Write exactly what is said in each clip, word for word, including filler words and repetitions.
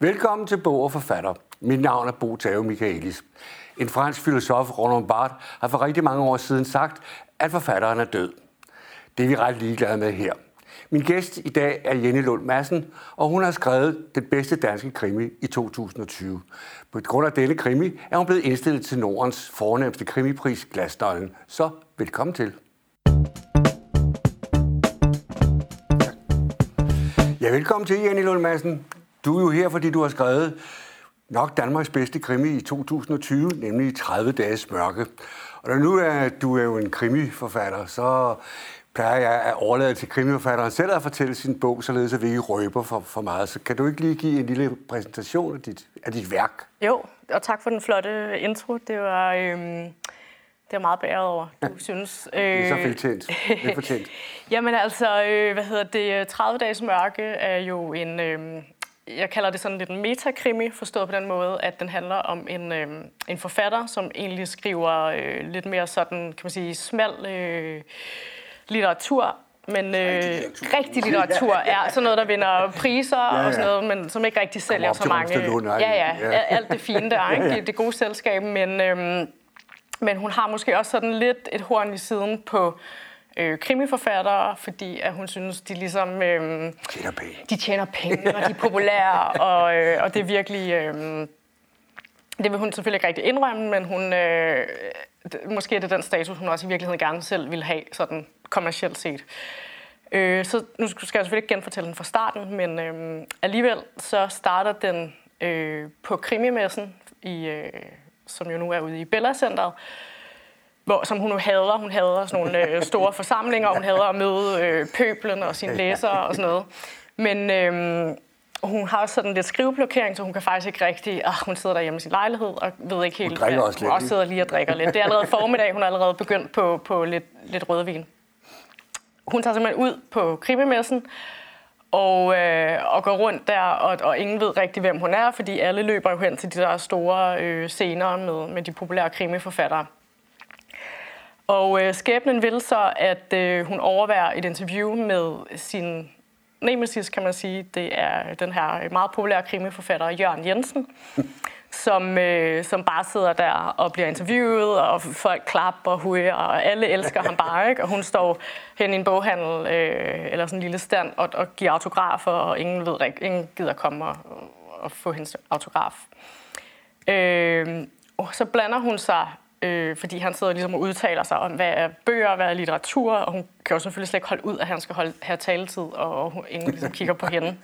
Velkommen til Bog og Forfatter. Mit navn er Bo Michaelis. En fransk filosof, Roland Barthes, har for rigtig mange år siden sagt, at forfatteren er død. Det er vi ret ligeglade med her. Min gæst i dag er Jenny Lund Madsen, og hun har skrevet den bedste danske krimi i to tusind og tyve. På grund af denne krimi er hun blevet indstillet til Nordens fornemste krimipris, Glasnøglen. Så velkommen til. Ja, velkommen til, Jenny Lund Madsen. Du er jo her, fordi du har skrevet nok Danmarks bedste krimi i to tusind og tyve, nemlig tredive dages mørke. Og når nu er du er jo en krimiforfatter, så plejer jeg at overlade til krimiforfatteren selv at fortælle sin bog, således at vi ikke røber for, for meget. Så kan du ikke lige give en lille præsentation af dit, af dit værk? Jo, og tak for den flotte intro. Det var, øhm, det var meget beæret over, du synes. Det er så fortjent. Det er fortjent. Jamen altså, øh, hvad hedder det? tredive dages mørke er jo en... Øh, jeg kalder det sådan lidt en metakrimi, forstået på den måde, at den handler om en, øh, en forfatter, som egentlig skriver øh, lidt mere sådan, kan man sige, smal øh, litteratur, men øh, rigtig litteratur er sådan noget, der vinder priser ja, ja. og sådan noget, men som ikke rigtig sælger så mange. Ja, ja, ja, alt det fine der, ikke? Det, det gode selskab, men, øh, men hun har måske også sådan lidt et horn i siden på Øh, krimiforfattere, fordi at hun synes, de ligesom øh, tjener penge. De tjener penge, og de er populære, og, øh, og det er virkelig... Øh, det vil hun selvfølgelig ikke rigtig indrømme, men hun, øh, måske er det den status, hun også i virkeligheden gerne selv vil have, sådan kommercielt set. Øh, så nu skal jeg selvfølgelig ikke genfortælle den fra starten, men øh, alligevel så starter den øh, på krimimessen, i, øh, som jo nu er ude i Bella Centeret, Hvor, som hun jo hader. Hun hader sådan nogle øh, store forsamlinger, og hun hader at møde øh, pøblen og sine læsere og sådan noget. Men øh, hun har også sådan lidt skriveblokering, så hun kan faktisk ikke rigtig... Øh, hun sidder derhjemme i sin lejlighed og ved ikke helt... Hun drikker også hun lidt. også sidder lige og drikker lidt. Det er allerede formiddag. Hun er allerede begyndt på, på lidt, lidt rødvin. Hun tager simpelthen ud på krimimessen og, øh, og går rundt der, og, og ingen ved rigtig, hvem hun er, fordi alle løber jo hen til de der store øh, scener med, med de populære krimiforfattere. Og øh, skæbnen vil så, at øh, hun overværer et interview med sin nemesis, kan man sige. Det er den her meget populære krimiforfatter, Jørgen Jensen, som, øh, som bare sidder der og bliver interviewet, og folk klapper og huer, og alle elsker ham bare, ikke? Og hun står hen i en boghandel, øh, eller sådan en lille stand, og, og giver autografer, og ingen, ved, ingen gider komme og, og få hendes autograf. Øh, og så blander hun sig, Øh, fordi han sidder ligesom og udtaler sig om, hvad er bøger, hvad er litteratur, og hun kan jo selvfølgelig slet ikke holde ud, at han skal holde, have taletid, og, og ingen ligesom kigger på hende.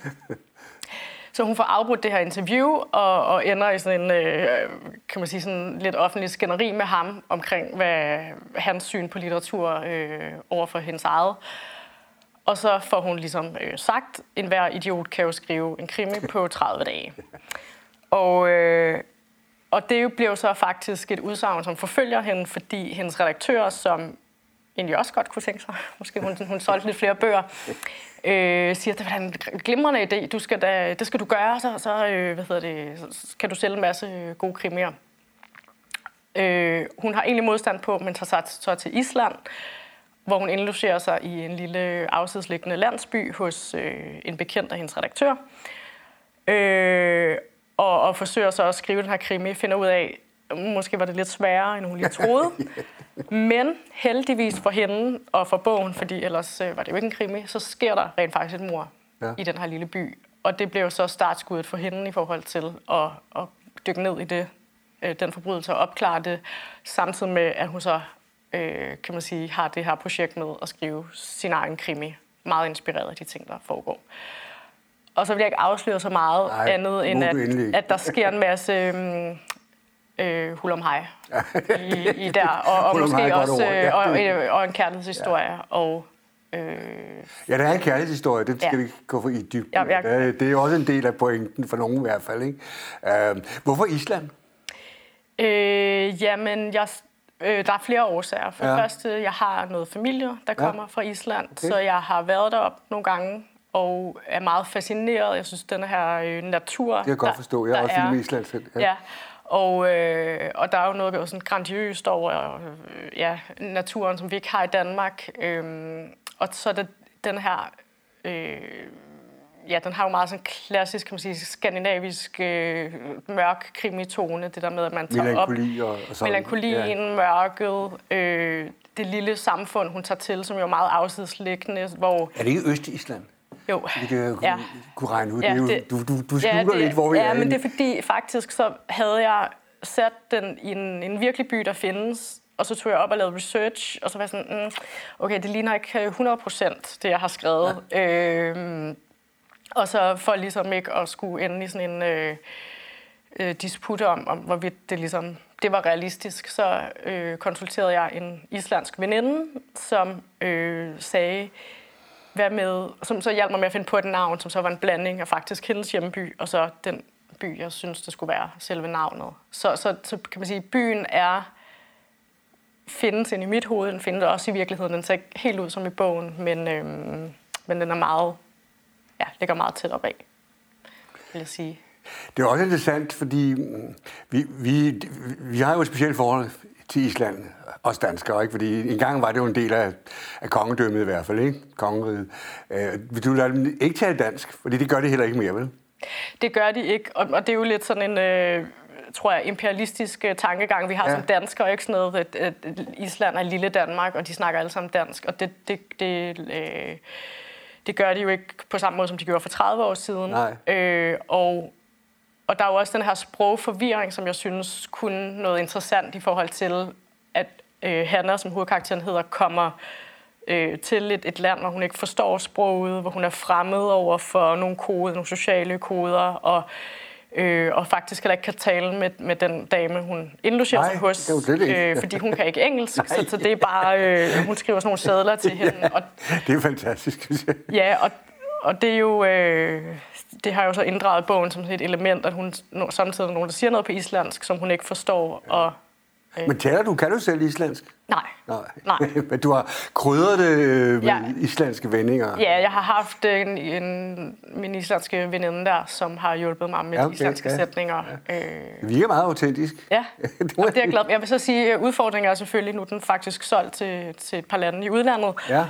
Så hun får afbrudt det her interview, og, og ender i sådan en, øh, kan man sige, sådan lidt offentlig skænderi med ham, omkring hvad hans syn på litteratur øh, over for hendes eget. Og så får hun ligesom øh, sagt, enhver idiot kan jo skrive en krimi på tredive dage. Og... Øh, Og det bliver jo så faktisk et udsagn, som forfølger hende, fordi hendes redaktør, som egentlig også godt kunne tænke sig, måske hun, hun solgte lidt flere bøger, øh, siger, at det var en glimrende idé, du skal da, det skal du gøre, så, så, øh, hvad hedder det, så kan du sælge en masse gode krimier. Øh, hun har egentlig modstand på, men tager sig så til Island, hvor hun indlogerer sig i en lille afsidesliggende landsby hos øh, en bekendt af hendes redaktør. Øh, Og, og forsøger så at skrive den her krimi, finder ud af, måske var det lidt sværere, end hun lige troede. Men heldigvis for hende og for bogen, fordi ellers øh, var det jo ikke en krimi, så sker der rent faktisk et mord ja. i den her lille by. Og det blev så startskuddet for hende i forhold til at, at dykke ned i det, øh, den forbrydelse og opklare det, samtidig med, at hun så øh, kan man sige, har det her projekt med at skrive sin egen krimi, meget inspireret af de ting, der foregår. Og så vil jeg ikke afsløre så meget Nej, andet, end at, at der sker en masse øh, hul om hej i, i der. Og, og måske også ja. og, og en kærlighedshistorie. Ja. Og, øh, ja, der er en kærlighedshistorie. Det skal ja. vi ikke gå for i dybden. Ja, jeg, det er jo også en del af pointen for nogen i hvert fald. Ikke? Uh, hvorfor Island? Øh, jamen, jeg... Øh, der er flere årsager. For ja. det første, jeg har noget familie, der kommer ja. fra Island, okay. så jeg har været deroppe nogle gange og er meget fascineret. Jeg synes, den her øh, natur... Det kan jeg godt forstå. Jeg er også film i Island selv. Ja. ja. Og, øh, og der er jo noget sådan grandiøst over øh, ja, naturen, som vi ikke har i Danmark. Øhm, og så er det den her... Øh, ja, den har jo meget sådan klassisk, kan man sige, skandinavisk øh, mørk krimitone. Det der med, at man tager Melankoli op og, og sådan. melankolien, ja. mørket, øh, det lille samfund, hun tager til, som jo er meget afsidesliggende, hvor... Er det ikke Øst-Island? Jo. Det kan jeg ja. kunne regne ud. Ja, det, det, du du, du skjuler ja, det, lidt, hvor vi ja, er. Ja, men inde. det er fordi, faktisk så havde jeg sat den i en, en virkelig by, der findes, og så tog jeg op og lavede research, og så var jeg sådan, mm, okay, det ligner ikke hundrede procent, det jeg har skrevet. Ja. Øhm, og så for ligesom ikke at skulle ende i sådan en øh, øh, disput om, om, hvorvidt det ligesom det var realistisk, så øh, konsulterede jeg en islandsk veninde, som øh, sagde, hvad med, som så hjalp mig med at finde på et navn, som så var en blanding af faktisk hendes hjemby, og så den by, jeg synes, det skulle være selve navnet. Så, så, så kan man sige, at byen er, findes inde i mit hoved, den findes også i virkeligheden. Den ser ikke helt ud som i bogen, men, øhm, men den er meget, ja, ligger meget tæt op af, vil jeg sige. Det er også interessant, fordi vi, vi, vi har jo et specielt forhold til Island, os danskere, ikke? Fordi engang var det jo en del af, af kongedømmet i hvert fald, ikke? Kongeriget. Øh, vil du lade dem ikke tale dansk? Fordi det gør det heller ikke mere, vel? Det gør de ikke, og, og det er jo lidt sådan en, øh, tror jeg, imperialistisk øh, tankegang, vi har ja. som danskere, ikke sådan noget, at, at Island er lille Danmark, og de snakker alle sammen dansk, og det, det, det, øh, det gør de jo ikke på samme måde, som de gjorde for tredive år siden. Øh, og Og der er jo også den her sprogforvirring, som jeg synes kunne noget interessant i forhold til, at øh, Hanna, som hovedkarakteren hedder, kommer øh, til et, et land, hvor hun ikke forstår sproget, hvor hun er fremmed over for nogle koder, nogle sociale koder, og, øh, og faktisk heller ikke kan tale med, med den dame, hun indlogerer sig hos, det det det. Øh, fordi hun kan ikke engelsk, så, så det er bare, øh, hun skriver sådan nogle sedler til hende. Og, det er fantastisk. Ja, og, og det er jo... Øh, Det har jo så inddraget bogen som et element, at hun samtidig er nogen, der siger noget på islandsk, som hun ikke forstår. Og, øh. Men taler du, kan du selv islandsk? Nej. Nej. Nej. Men du har krydret det med ja. islandske vendinger? Ja, jeg har haft en, en, min islandske veninde der, som har hjulpet mig med ja, okay, de islandske ja. sætninger. Ja. Øh. Det virker meget autentisk. Ja, og det er jeg glad for. Jeg vil så sige, at udfordringen er selvfølgelig, nu er den faktisk solgt til, til et par lande i udlandet. Ja.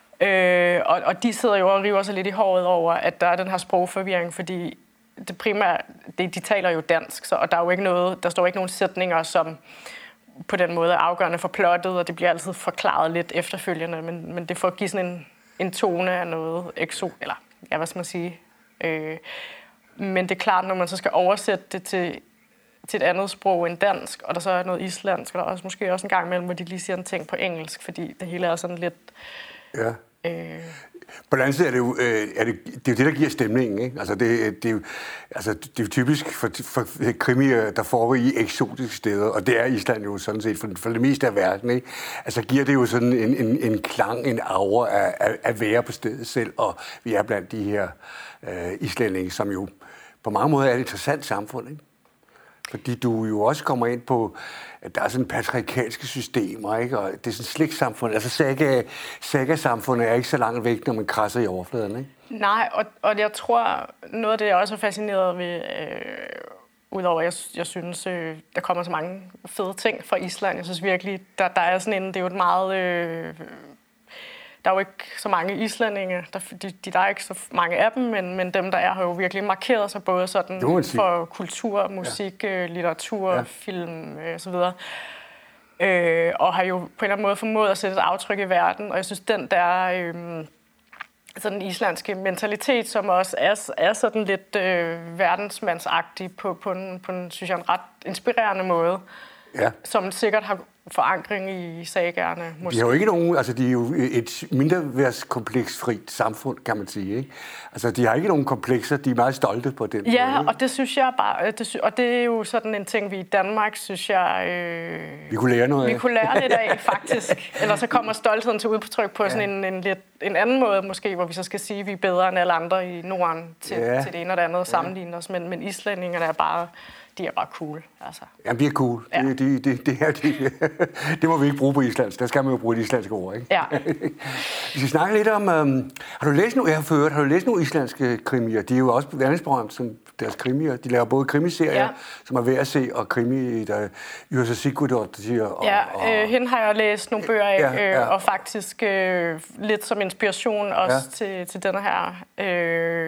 Øh, og, og de sidder jo og river sig lidt i håret over, at der er den her sprogforvirring, fordi det primære, det, de taler jo dansk, så, og der er jo ikke noget, der står ikke nogen sætninger, som på den måde er afgørende for plottet, og det bliver altid forklaret lidt efterfølgende, men, men det får at give sådan en, en tone af noget ekso, eller ja, hvad skal man sige. Øh, men det er klart, når man så skal oversætte det til, til et andet sprog end dansk, og der så er noget islandsk, og der er også, måske også en gang imellem, hvor de lige siger en ting på engelsk, fordi det hele er sådan lidt... Ja. Øh. På den anden side er det jo, øh, er det, det er jo det, der giver stemningen, ikke? Altså det, det, er jo, altså det er jo typisk for, for krimier, der foregår i eksotiske steder, og det er Island jo sådan set for, for det meste af verden, ikke? Altså giver det jo sådan en, en, en klang, en aura af, af, at være på stedet selv, og vi er blandt de her øh, islændinge, som jo på mange måder er et interessant samfund, ikke? Fordi du jo også kommer ind på, at der er sådan patriarkalske systemer, ikke? Og det er sådan slægtssamfund. Altså saga, saga-samfundet er ikke så langt væk, når man krasser i overfladen, ikke? Nej, og, og jeg tror, noget af det, jeg også er fascineret ved, øh, udover at jeg, jeg synes, øh, der kommer så mange fede ting fra Island. Jeg synes virkelig, der, der er sådan en, det er jo et meget... Øh, der er jo ikke så mange islændinge, der, de, de, der er ikke så mange af dem, men, men dem, der er, har jo virkelig markeret sig både sådan for kultur, musik, ja. litteratur, ja. film øh, og så videre. Øh, og har jo på en eller anden måde formået at sætte et aftryk i verden, og jeg synes, den der øh, sådan islandske mentalitet, som også er, er sådan lidt øh, verdensmandsagtig på, på, en, på en, synes jeg, en ret inspirerende måde, ja. Som sikkert har forankring i sagerne. Måske. De har jo ikke nogen, altså de er jo et mindreværdskompleks-frit samfund, kan man sige, ikke? Altså de har ikke nogen komplekser, de er meget stolte på den ja, måde. Ja, og det synes jeg bare, det sy- og det er jo sådan en ting, vi i Danmark, synes jeg... Øh, vi kunne lære noget vi af. Vi kunne lære lidt af, faktisk. Ellers så kommer stoltheden til udtryk på ja. sådan en, en, lidt, en anden måde, måske, hvor vi så skal sige, at vi er bedre end alle andre i Norden til, ja. til det ene og det andet og sammenligne os, men, men islændingerne er bare... De er bare cool, altså. Jamen, de er cool. Ja. Det, det, det, det, her, det, det må vi ikke bruge på islandsk. Der skal man jo bruge de islandske ord, ikke? Ja. Vi skal snakke lidt om... Um, har du læst nogle, jeg har ført, har du læst nogle islandske krimier? De er jo også verdensberømt som deres krimier. De laver både krimiserier, ja. som er værd at se, og krimi, der Yrsa Sigurðardóttir og... Ja, og, øh, hende har jeg læst nogle bøger af, ja, ja. Øh, og faktisk øh, lidt som inspiration også ja. til, til denne her... Øh,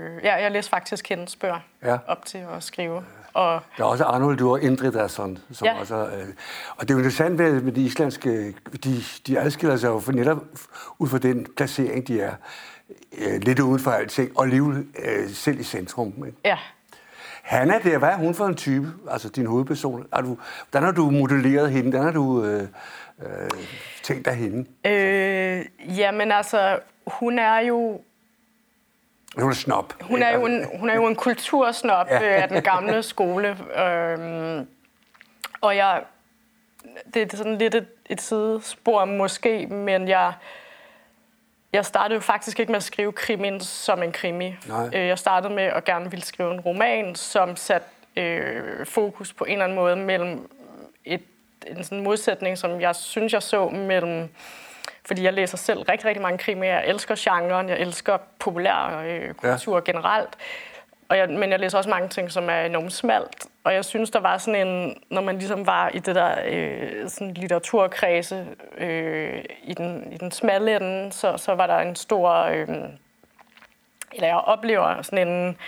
Øh, ja, jeg læste faktisk hendes bøger ja. op til at skrive. Og der er også Arnoldur Indridason, som ja. også øh, og det er jo interessant med, med de islandske, de, de adskiller sig jo for netop ud fra den placering, de er øh, lidt uden for alting, og alligevel øh, selv i centrum. Ikke? Ja. Hanna der, hvad er hun for en type? Altså din hovedperson. Er du, hvordan har du modelleret hende? Hvordan har du øh, øh, tænkt dig hende? Øh, jamen altså, hun er jo... Hun er snop. Hun er jo en, hun er jo en kultursnop ja. af den gamle skole. Øhm, og jeg... Det er sådan lidt et, et sidespor måske, men jeg... Jeg startede jo faktisk ikke med at skrive krimien som en krimi. Nej. Jeg startede med at gerne ville skrive en roman, som satte øh, fokus på en eller anden måde mellem et, en sådan modsætning, som jeg synes, jeg så mellem... Fordi jeg læser selv rigtig, rigtig mange krimier. Jeg elsker genren, jeg elsker populær øh, kultur ja. generelt. Og jeg, men jeg læser også mange ting, som er enormt smalt. Og jeg synes, der var sådan en... Når man ligesom var i det der øh, sådan litteraturkredse øh, i, den, i den smalle ende, så, så var der en stor... Øh, eller jeg oplever sådan en...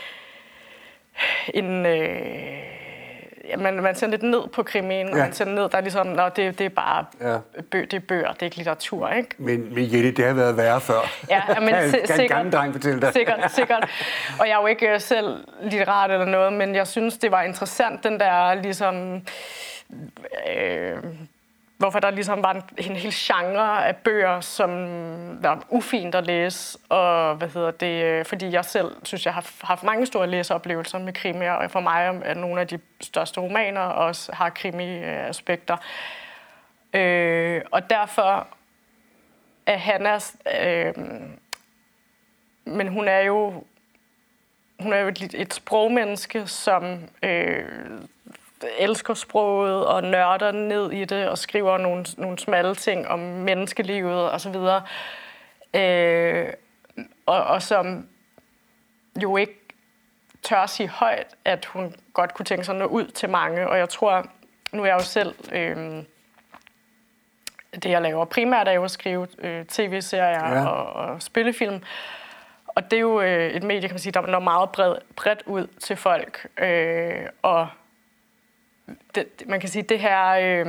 en øh, ja, man, man ser lidt ned på krimien, ja. og man ser ned, der er ligesom... Nå, det, det er bare ja. bø, det er bøger, det er ikke litteratur, ikke? Men, men Jette, det har været værre før. Ja, ja men kan, sikkert. Kan en gammel dreng fortælle dig. Sikkert, sikkert. Og jeg er jo ikke selv litterat eller noget, men jeg synes, det var interessant, den der ligesom... Øh, hvorfor der ligesom var en, en hel genre af bøger, som var ufint at læse, og hvad hedder det, fordi jeg selv synes, jeg har haft mange store læseoplevelser med krimier, og for mig er nogle af de største romaner også har krimi-aspekter. Øh, og derfor er Hannas, øh, men hun er jo, hun er jo et, et sprogmenneske, som øh, elsker sproget og nørder ned i det og skriver nogle, nogle smalle ting om menneskelivet og så videre. Øh, og, og som jo ikke tør sige højt, at hun godt kunne tænke sig at nå ud til mange. Og jeg tror, nu er jeg jo selv... Øh, det, jeg laver primært, er jo at skrive øh, tv-serier ja. og, og spillefilm. Og det er jo øh, et medie, kan man sige, der når meget bred, bredt ud til folk. Øh, og det, man kan sige, det her, øh,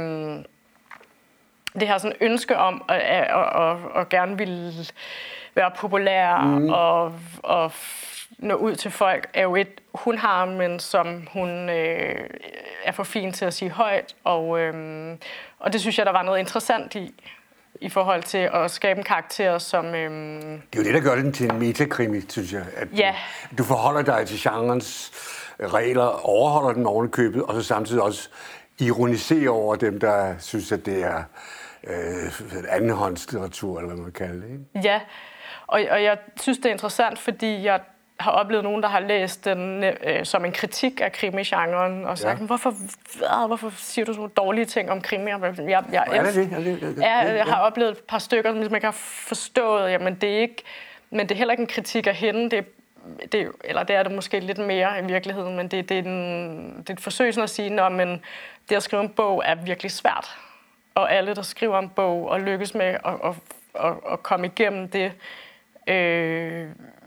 det her sådan ønske om at, at, at, at gerne ville være populær mm. og, og nå ud til folk, er jo et, hun har, men som hun øh, er for fin til at sige højt. Og, øh, og det synes jeg, der var noget interessant i, i forhold til at skabe en karakter, som... Øh, det er jo det, der gør den til en metakrimi, synes jeg. At ja. du, du forholder dig til genrens regler, overholder den oven i købet, og så samtidig også ironiserer over dem, der synes, at det er øh, andenhåndslitteratur, eller hvad man kalder det. Ikke? Ja, og, og jeg synes, det er interessant, fordi jeg har oplevet nogen, der har læst den øh, som en kritik af krimi-genren, og sagt, ja. hvorfor, øh, hvorfor siger du så dårlige ting om krimi? Jeg, jeg, jeg, er det det? Er det, er det? Ja, jeg har oplevet et par stykker, som ligesom ikke har forstået, jamen det er ikke, men det er heller ikke en kritik af hende, det er, det, eller det er det måske lidt mere i virkeligheden, men det, det, er, en, det er et forsøg sådan at sige, at det at skrive en bog er virkelig svært, og alle, der skriver en bog og lykkes med at, at, at, at komme igennem det, øh,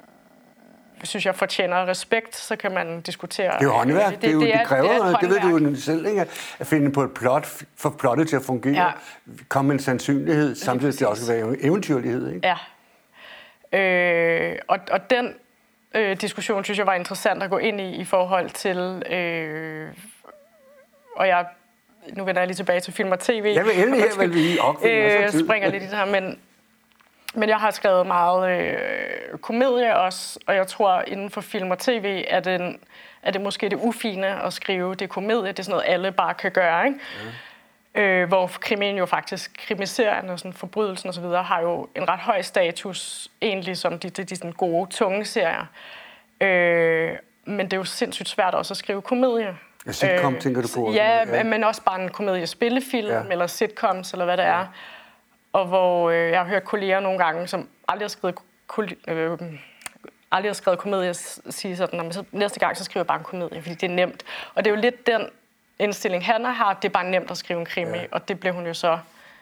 synes jeg fortjener respekt, så kan man diskutere. Det er jo håndværk. Det, det, det, det, det kræver det, det, det ved du jo selv, ikke? At finde på et plot, for plottet til at fungere, ja. komme med en sandsynlighed, samtidig det også være eventyrlighed, ikke? Ja. Øh, og, og den øh, diskussion, synes jeg, var interessant at gå ind i, i forhold til, øh, og jeg, nu vender jeg lige tilbage til film og tv. Jeg vil endelig her, vel vi opfinder. Øh, springer lidt i det her, men Men jeg har skrevet meget øh, komedie også, og jeg tror, inden for film og tv, er det, er det måske det ufine at skrive det komedie. Det er sådan noget, alle bare kan gøre, ikke? Ja. Øh, hvor krimien jo faktisk, krimiserien og sådan, forbrydelsen og så videre, har jo en ret høj status, egentlig som de, de, de sådan gode, tunge serier. Øh, men det er jo sindssygt svært også at skrive komedie. Ja, sitcom, øh, tænker du på? Ja, ja, men også bare en komedie-spillefilm, ja. eller sitcoms, eller hvad det er. Ja. Og hvor øh, jeg har hørt kolleger nogle gange, som aldrig har skrevet, øh, aldrig har skrevet komedie, sige sådan, at så næste gang så skriver jeg bare en komedie, fordi det er nemt. Og det er jo lidt den indstilling, Hanna har, det er bare nemt at skrive en krimi, ja. Og det blev hun jo så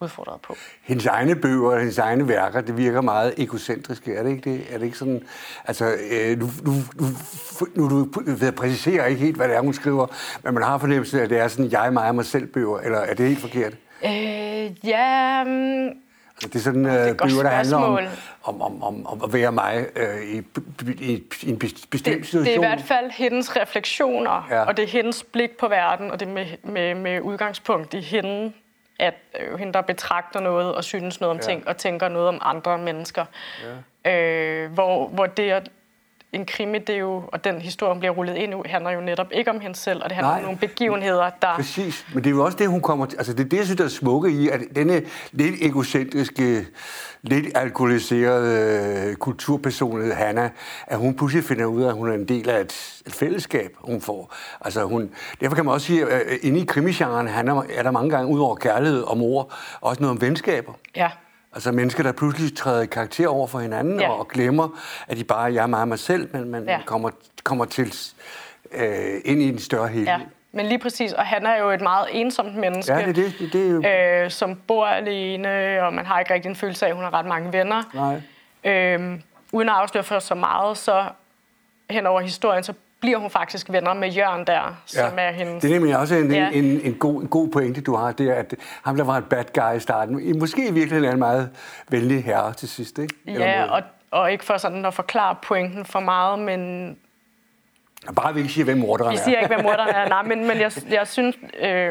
udfordret på. Hendes egne bøger og hendes egne værker, det virker meget egocentriske, er det ikke det? Er det ikke sådan, altså, øh, nu, nu, nu, nu du ved at præcisere ikke helt, hvad det er, hun skriver, men man har fornemmelsen af, at det er sådan, jeg, mig og mig selv bøger, eller er det helt forkert? Øh, ja... Um, altså, det er sådan øh, det er bøger, der handler om, om, om, om, om at være mig øh, i, i, i en bestemt det, situation. Det er i hvert fald hendes refleksioner, ja. og det er hendes blik på verden, og det er med, med, med udgangspunkt i hende, at øh, hende, der betragter noget og synes noget om ja. ting, og tænker noget om andre mennesker. Ja. Øh, hvor, hvor det er en krimi, det er jo, og den historie, hun bliver rullet ind i, handler jo netop ikke om hende selv, og det handler Nej. om nogle begivenheder, der... Præcis, men det er jo også det, hun kommer til... Altså, det er det, jeg synes, der er smukke i, at denne lidt egocentriske, lidt alkoholiserede øh, kulturpersonlighed, Hanna, at hun pludselig finder ud af, at hun er en del af et, et fællesskab, hun får. Altså, hun... Derfor kan man også sige, at inde i krimigenren er der mange gange, ud over kærlighed og mor, også noget om venskaber. Ja. Altså mennesker, der pludselig træder i karakter over for hinanden, ja. og, og glemmer, at de bare er jeg, mig og mig selv, men man ja. kommer, kommer til øh, ind i en større helhed. Ja, men lige præcis, og han er jo et meget ensomt menneske, ja, det, det, det, det er jo... øh, som bor alene, og man har ikke rigtig en følelse af, at hun har ret mange venner. Nej. Øh, uden at afsløre for så meget, så hen over historien, så bliver hun faktisk venner med Jørgen der, som ja, er hendes... det er nemlig også en, ja. en, en, en, god, en god pointe, du har, det er, at ham, der var et bad guy i starten, måske i virkeligheden er en meget venlig herre til sidst, ikke? Ja, og, og ikke for sådan at forklare pointen for meget, men... Bare vi ikke siger, hvem morderen er. Vi siger ikke, hvem morderen er, nej, men, men jeg, jeg synes... Øh,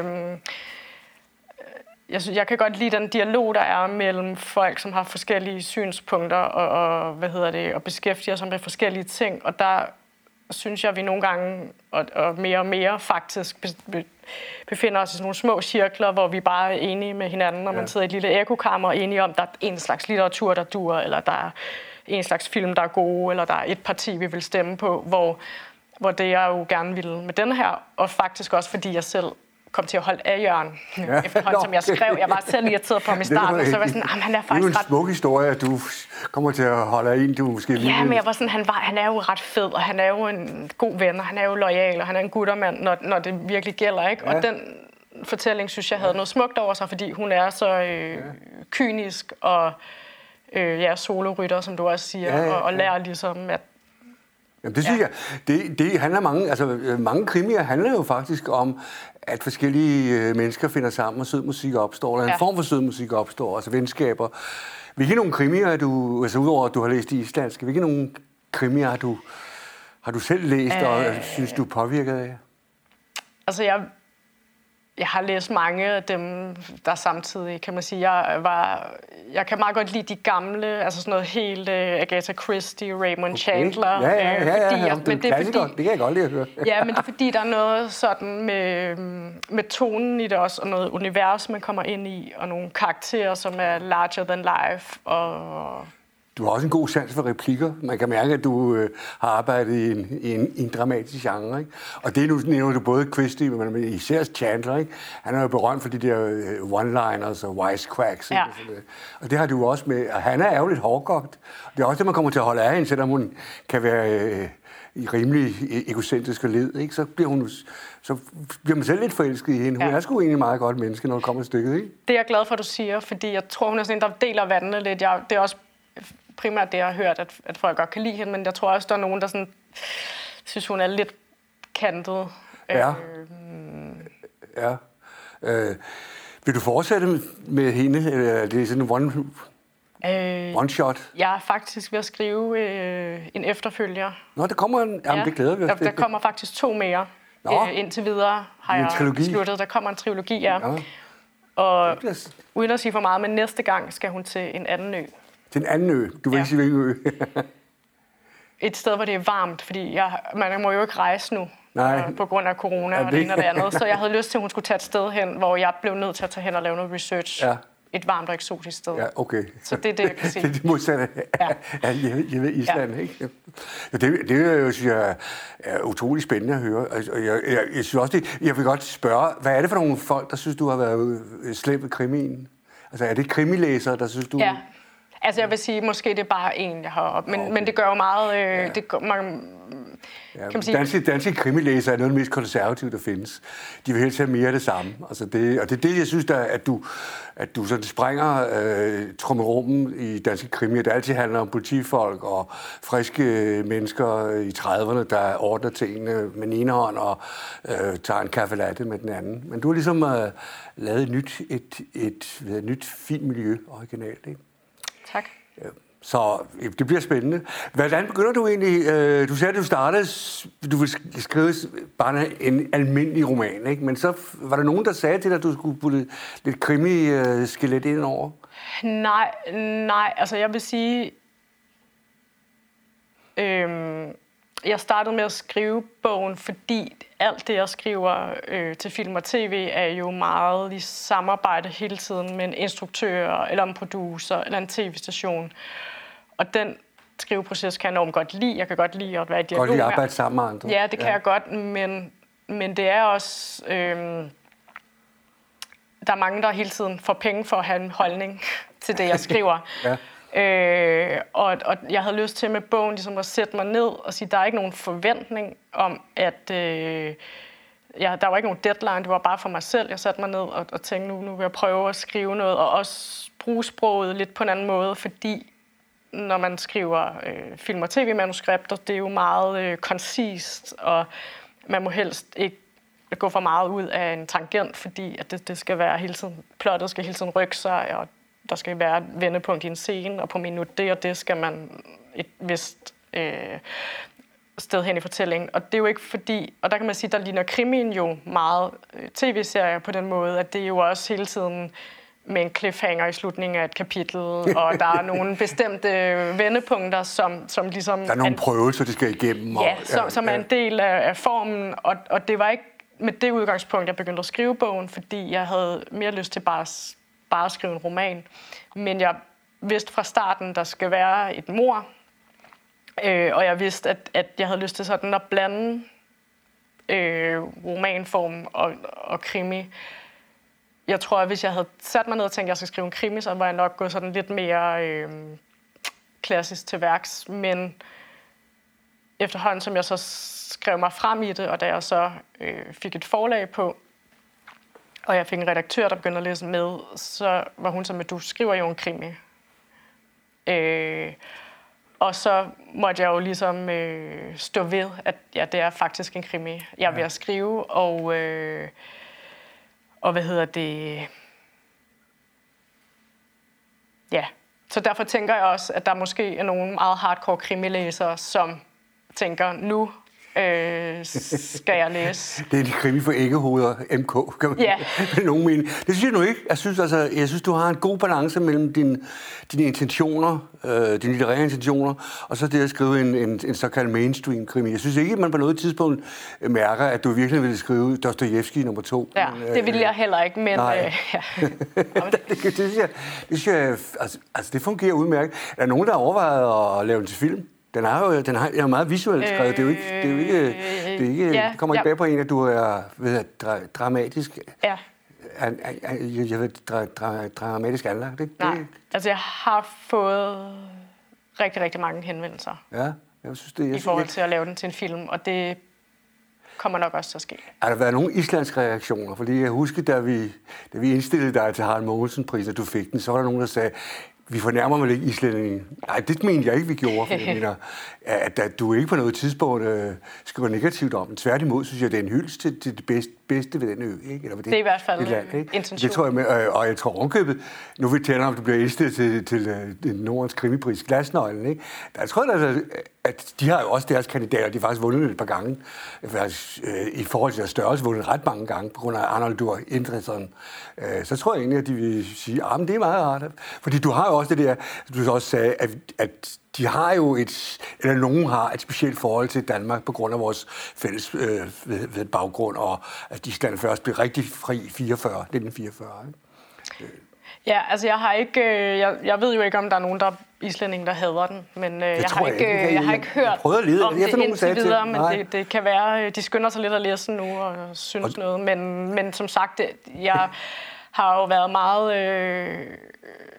jeg, synes, jeg kan godt lide den dialog, der er mellem folk, som har forskellige synspunkter og, og, hvad hedder det, og beskæftiger sig med forskellige ting, og der synes jeg, at vi nogle gange, og, og mere og mere faktisk, be, befinder os i sådan nogle små cirkler, hvor vi bare er enige med hinanden, og ja. man sidder i et lille ekokammer og er enige om, at der er en slags litteratur, der dur, eller der er en slags film, der er gode, eller der er et parti, vi vil stemme på, hvor, hvor det jeg jo gerne ville med den her, og faktisk også, fordi jeg selv kom til at holde af Jørgen, ja. efterhånden som jeg skrev. Jeg var selv irriteret på ham i starten, og så var jeg sådan, han er faktisk ret... Det er jo en smuk historie, at du kommer til at holde af en, du måske... Ja, men jeg var sådan, han, var, han er jo ret fed, og han er jo en god ven, og han er jo loyal, og han er en guttermand, når, når det virkelig gælder, ikke? Ja. Og den fortælling, synes jeg, havde noget smukt over sig, fordi hun er så øh, ja. kynisk og øh, ja, solorytter, som du også siger, ja, ja, ja. Og, og lærer ligesom, at Jamen, det synes ja. jeg. Det, det handler mange, altså mange krimier handler jo faktisk om, at forskellige øh, mennesker finder sammen, og sød musik opstår, eller en ja. form for sød musik opstår, altså venskaber. Hvilke nogle krimier er du, altså udover at du har læst i islandsk, hvilke nogle krimier har du, har du selv læst, øh, og synes du er påvirket af? Altså jeg... Jeg har læst mange af dem, der samtidig, kan man sige, jeg var, jeg kan meget godt lide de gamle, altså sådan noget helt uh, Agatha Christie, Raymond okay. Chandler. Ja, ja, ja, ja, ja, ja. Men det, det, er fordi, det kan jeg godt lide at høre. Ja, men det er fordi, der er noget sådan med, med tonen i det også, og noget univers, man kommer ind i, og nogle karakterer, som er larger than life, og... Du har også en god sans for replikker. Man kan mærke, at du øh, har arbejdet i en, i, en, i en dramatisk genre, ikke? Og det nu nævner du både Christie, men især Chandler, ikke? Han er jo berømt for de der one-liners og wisecracks. Ja. Og, det. Og det har du også med. Og han er jo lidt hårdkogt. Det er også det, man kommer til at holde af hende, selvom hun kan være øh, i rimelig egocentrisk led, ikke? Så bliver hun... Så bliver man selv lidt forelsket i hende. Hun ja. er sgu egentlig meget godt menneske, når det kommer et stykke, ikke? Det er jeg glad for, at du siger, fordi jeg tror, hun er sådan en, der deler vandene lidt. Jeg, det er også primært det, jeg har hørt, at, at folk godt kan lide hende, men jeg tror også, der er nogen, der sådan, synes, hun er lidt kantet. Ja. Øh, ja. Øh, vil du fortsætte med hende? Eller det er sådan en one, øh, one shot? Jeg er faktisk ved at skrive øh, en efterfølger. Nå, der kommer en... Jamen, ja. det glæder vi os der, der kommer faktisk to mere. Øh, indtil videre har jeg trilogi. sluttet. Der kommer en trilogi, ja. ja. Og uden at sige for meget, men næste gang skal hun til en anden ø. Til en anden ø? Du vil ja. ikke sige, hvilken ø? Et sted, hvor det er varmt, fordi jeg, man må jo ikke rejse nu. Nej. På grund af corona ja, og det ene og det andet. Så jeg havde lyst til, at hun skulle tage et sted hen, hvor jeg blev nødt til at tage hen og lave noget research. Ja. Et varmt og eksotisk sted. Ja, okay. Så det er det, jeg kan sige. Det er det modsatte af ja. Island, ja. ikke? Det, det er jo, synes jeg, er utrolig spændende at høre. Og jeg, jeg, jeg synes også, det, jeg vil godt spørge, hvad er det for nogle folk, der synes, du har været slem ved krimien? Altså, er det krimilæsere, der synes, du... Ja. Altså jeg vil sige, måske det er bare en, jeg har op, men, okay. men det gør jo meget... Øh, ja. det gør, man, ja, kan man sige. Danske, danske krimilæser er noget af det mest konservative, der findes. De vil helst have mere af det samme. Altså det, og det er det, jeg synes, der, at du, at du sådan springer øh, trummerummen i danske krimier. Det altid handler om politifolk og friske mennesker i trediverne, der ordner tingene med den ene hånd og øh, tager en kaffe latte med den anden. Men du har ligesom øh, lavet et nyt, et, et, et, et nyt filmmiljø originalt, ikke? Tak. Ja. Så det bliver spændende. Hvordan begynder du egentlig? Øh, du sagde, at du startede, du ville skrive bare en almindelig roman, ikke? Men så var der nogen, der sagde til dig, at du skulle putte lidt krimi-skelet ind over? Nej, nej. Altså jeg vil sige, øhm, jeg startede med at skrive bogen, fordi alt det, jeg skriver øh, til film og tv, er jo meget i samarbejde hele tiden med en instruktør, eller en producer, eller en tv-station. Og den skriveproces kan jeg enormt godt lide. Jeg kan godt lide at være i dialog. Godt lide at arbejde sammen med andre. Ja, det kan ja. jeg godt, men, men det er også... Øh, der er mange, der hele tiden får penge for at have en holdning til det, jeg skriver. ja. Øh, og, og jeg havde lyst til med bogen ligesom at sætte mig ned og sige, der er ikke nogen forventning om, at øh, ja, der var ikke nogen deadline, det var bare for mig selv. Jeg satte mig ned og, og tænkte, nu, nu vil jeg prøve at skrive noget, og også bruge sproget lidt på en anden måde, fordi når man skriver øh, film- og tv-manuskripter, det er jo meget øh, koncist, og man må helst ikke gå for meget ud af en tangent, fordi at det, det skal være hele tiden, plottet skal hele tiden rykke sig, og der skal være et vendepunkt i en scene, og på minut det og det skal man et vist øh, sted hen i fortællingen. Og det er jo ikke fordi, og der kan man sige, der ligner krimien jo meget øh, tv-serier på den måde, at det er jo også hele tiden med en cliffhanger i slutningen af et kapitel, og der er nogle bestemte vendepunkter, som, som ligesom... Der er nogle prøvelser, de skal igennem. Ja, og, som, som er en del af, af formen, og, og det var ikke med det udgangspunkt, jeg begyndte at skrive bogen, fordi jeg havde mere lyst til bare, bare at skrive en roman. Men jeg vidste fra starten, der skal være et mord, øh, og jeg vidste, at, at jeg havde lyst til sådan at blande øh, romanform og, og krimi. Jeg tror, at hvis jeg havde sat mig ned og tænkt, at jeg skal skrive en krimi, så var jeg nok gået sådan lidt mere øh, klassisk til værks. Men efterhånden, som jeg så skrev mig frem i det, og da jeg så øh, fik et forlag på, og jeg fik en redaktør, der begyndte at læse med, så var hun som, at du skriver jo en krimi. Øh, og så måtte jeg jo ligesom øh, stå ved, at ja, det er faktisk en krimi, jeg er ved at skrive, og... Øh, Og hvad hedder det? Ja, så derfor tænker jeg også, at der måske er nogle meget hardcore krimilæsere, som tænker, nu øh, skal jeg læse. Det er de krimi for æggehoveder, M K, kan man ja. nogen mene. Det synes jeg nu ikke. Jeg synes, altså, jeg synes, du har en god balance mellem din, dine intentioner, øh, dine litterære intentioner, og så det at skrive en, en, en såkaldt mainstream krimi. Jeg synes ikke, at man på noget tidspunkt mærker, at du virkelig ville skrive Dostojevskij nummer to. Ja, men, det ville jeg heller ikke, men... Nej. Øh, ja. det, det, det, synes jeg, det, synes jeg, altså, altså, det fungerer udmærket. Er der nogen, der har overvejet at lave den til film? Den er jo den er meget visuelt skrevet. Det er jo ikke, det er jo ikke, det er ikke, ja, det kommer ikke ja. bag på en, at du er ved dra, dramatisk. Ja. An, an, jeg ved, dra, dra, dramatisk anlagt. Det, Nej, det, altså jeg har fået rigtig, rigtig mange henvendelser. Ja, jeg synes det. Jeg i forhold til at lave den til en film, og det kommer nok også til at ske. Har der været nogle islandske reaktioner? Fordi jeg husker, da vi, da vi indstillede dig til Harald Mogensen-prisen, og du fik den, så var der nogen, der sagde, vi fornærmer vel ikke islændingen. Nej, det mener jeg ikke, vi gjorde, for jeg mener, at, at du ikke på noget tidspunkt øh, skriver negativt om den. Tværtimod synes jeg, det er en hyldest til, til det bedste, bedste ved den ø. Ikke? Eller ved det, det er i hvert fald land, ikke? intention. Det tror jeg med, øh, og jeg tror ovenkøbet, nu vil jeg om, du bliver indstillet til, til, til Nordens krimipris, Glasnøglen. Ikke? Der tror jeg, at, at de har jo også deres kandidater, de har faktisk vundet et par gange. Faktisk, øh, i forhold til deres størrelse vundet ret mange gange, på grund af Arnoldur Indriðason. Øh, så tror jeg egentlig, at de vil sige, at det er meget rart. Fordi du har jo også det der, du også sagde, at, at de har jo et, eller nogen har et specielt forhold til Danmark på grund af vores fælles øh, ved, ved baggrund, og at Island først blev rigtig fri i fireogfyrre, nitten fireogfyrre. Ikke? Ja, altså jeg har ikke, øh, jeg, jeg ved jo ikke, om der er nogen, der islændinge, der hader den, men øh, jeg, har ikke, jeg, jeg, jeg har ikke hørt at lede, om det indtil videre, men det, det kan være, de skynder sig lidt at læse nu og synes og... noget, men, men som sagt, jeg har jo været meget... Øh,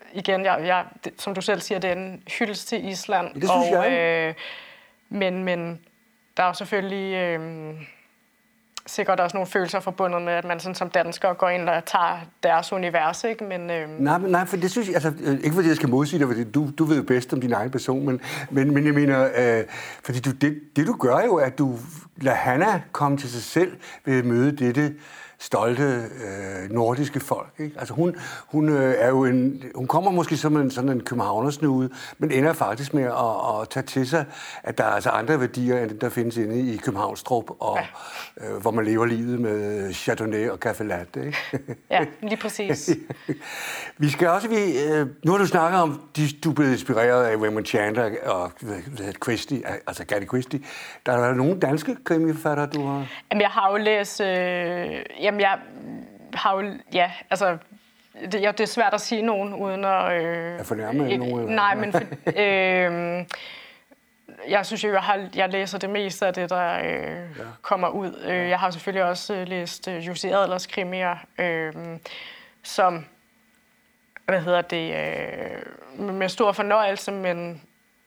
igen, jeg, jeg, det, som du selv siger, det er en hyldest til Island. Det synes og, jeg. Øh, men, men der er jo selvfølgelig øh, sikkert også nogle følelser forbundet med, at man sådan som dansker går ind og tager deres univers, ikke? Men, øh... nej, nej, for det synes jeg, altså, ikke fordi jeg skal modsige dig, fordi du, du ved jo bedst om din egen person, men, men, men jeg mener, øh, fordi du, det, det du gør jo, at du lader Hanna komme til sig selv ved at møde dette stolte øh, nordiske folk. Ikke? Altså hun, hun øh, er jo en, hun kommer måske som en sådan en københavnersnude, men ender faktisk med at, at tage til sig, at der er altså andre værdier end dem, der findes inde i Københavnstrup, og ja. øh, hvor man lever livet med Chardonnay og Café Latte. Ikke? Ja, lige præcis. Vi skal også, vi, øh, nu har du snakket om, de, du er blevet inspireret af Raymond Chandler og hvad Christie, altså Agatha Christie. Der er der nogle danske krimiforfattere, du har? Jamen, jeg har jo læst... Øh, Jamen, jeg har jo... Ja, altså... Det, ja, det er svært at sige nogen, uden at... Øh, jeg fornærmer nogen? Eller? Nej, men... For, øh, jeg synes jo, jeg, har, jeg læser det meste af det, der øh, ja. kommer ud. Øh, jeg har selvfølgelig også øh, læst øh, Jussi Adlers krimier, øh, som... Hvad hedder det? Øh, med stor fornøjelse, men...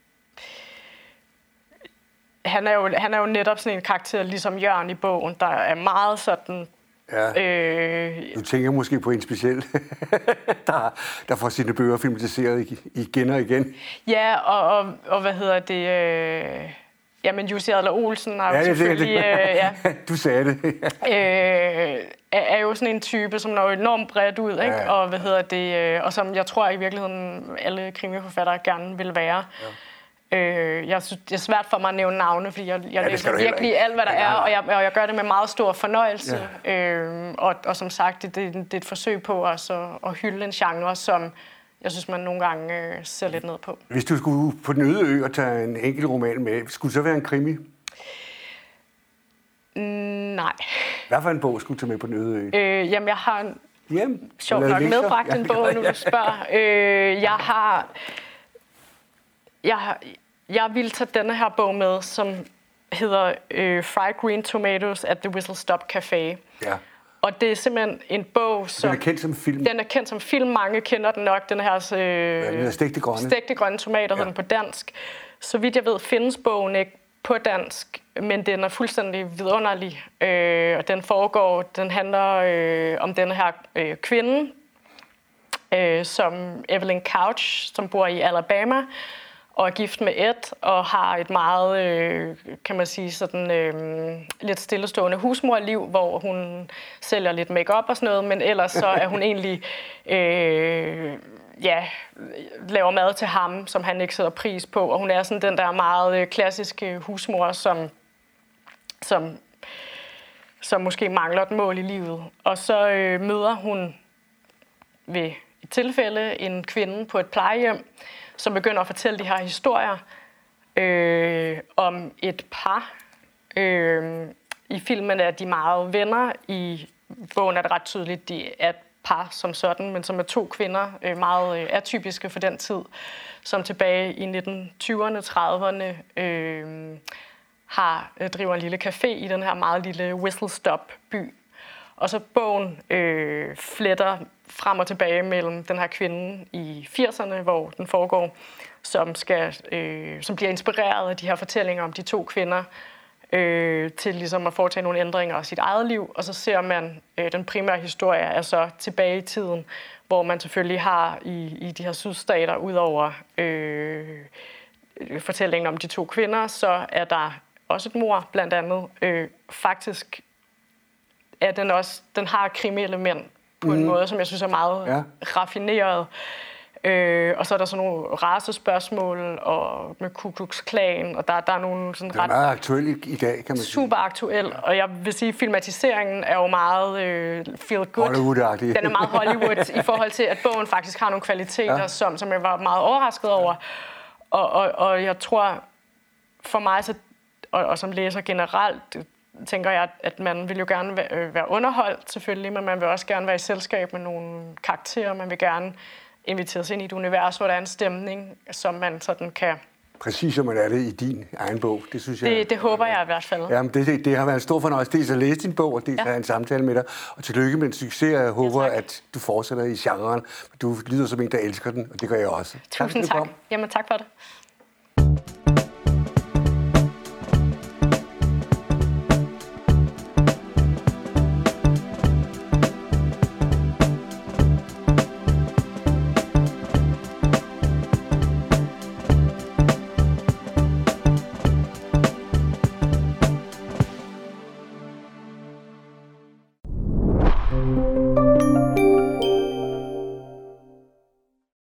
Han er, jo, han er jo netop sådan en karakter, ligesom Jørgen i bogen, der er meget sådan... Ja. Øh, du tænker måske på en speciel, der, der får sine bøger filmatiseret igen og igen. Ja, og, og, og hvad hedder det... Øh, jamen, Jussi Adler-Olsen er jo ja, selvfølgelig... Det, det. Øh, ja, du sagde det. øh, er, er jo sådan en type, som når enormt bredt ud, ikke? Ja. Og hvad hedder det... Øh, og som jeg tror i virkeligheden alle krimiforfattere gerne vil være. Ja. Øh, jeg synes, det er svært for mig at nævne navne, fordi jeg, jeg ja, læser virkelig ikke. alt, hvad der ja, er, og jeg, og jeg gør det med meget stor fornøjelse. Ja. Øh, og, og som sagt, det, det, det er et forsøg på også at, at hylde en genre, som jeg synes, man nogle gange øh, ser lidt ned på. Hvis du skulle på den øde ø og tage en enkelt roman med, skulle det så være en krimi? Mm, nej. Hvad for en bog skulle du tage med på den øde ø? Øh, jamen, jeg har en, jamen, sjovt nok medbragt ja, en bog, nu du spørger. Øh, jeg har... Jeg har... Jeg vil tage denne her bog med, som hedder øh, Fried Green Tomatoes at the Whistle Stop Café. Ja. Og det er simpelthen en bog, som... Den er kendt som film. Den er kendt som film. Mange kender den nok. Den her... Øh, ja, den er stegte grønne. Stegte grønne tomater, ja. hedder den på dansk. Så vidt jeg ved, findes bogen ikke på dansk, men den er fuldstændig vidunderlig. Øh, og den foregår... Den handler øh, om denne her øh, kvinde, øh, som Evelyn Couch, som bor i Alabama, og er gift med Ed, og har et meget, øh, kan man sige, sådan øh, lidt stillestående husmorliv, hvor hun sælger lidt make-up og sådan noget, men ellers så er hun egentlig, øh, ja, laver mad til ham, som han ikke sætter pris på, og hun er sådan den der meget øh, klassiske husmor, som, som, som måske mangler et mål i livet. Og så øh, møder hun ved et tilfælde en kvinde på et plejehjem, som begynder at fortælle de her historier øh, om et par. Øh, I filmen er de meget venner. I bogen er det ret tydeligt, at de er et par som sådan, men som er to kvinder, øh, meget øh, atypiske for den tid, som tilbage i nitten tyverne, trediverne øh, har, øh, driver en lille café i den her meget lille Whistle Stop by. Og så bogen øh, fletter frem og tilbage mellem den her kvinde i firserne, hvor den foregår, som, skal, øh, som bliver inspireret af de her fortællinger om de to kvinder, øh, til ligesom at foretage nogle ændringer af sit eget liv. Og så ser man øh, den primære historie er så tilbage i tiden, hvor man selvfølgelig har i, i de her sydstater, udover øh, fortællingen om de to kvinder, så er der også et mord, blandt andet. Øh, faktisk er den også, den har krimi-element på mm. en måde, som jeg synes er meget ja. raffineret. Øh, og så er der sådan nogle racespørgsmål og med Ku Klux Klan, og der, der er nogle sådan ret... Det er meget aktuelt i, i dag, kan man sige. Super aktuel, ja. Og jeg vil sige, at filmatiseringen er jo meget øh, feel good. Hollywood-agtig. Den er meget Hollywood i forhold til, at bogen faktisk har nogle kvaliteter, ja. som, som jeg var meget overrasket over. Og, og, og jeg tror, for mig, så, og, og som læser generelt, tænker jeg, at man vil jo gerne være underholdt selvfølgelig, men man vil også gerne være i selskab med nogle karakterer. Man vil gerne inviteres ind i et univers, hvor der er en stemning, som man sådan kan præcis som man er det i din egen bog. Det synes jeg. Det, det håber jeg i hvert fald. Jamen, det, det, det har været en stor fornøjelse dels at læse din bog, og dels ja. at have en samtale med dig. Og tillykke med en succes. Jeg håber, ja, at du fortsætter i genren. Du lyder som en, der elsker den, og det gør jeg også. Tusind tak. tak. Jamen, tak for det.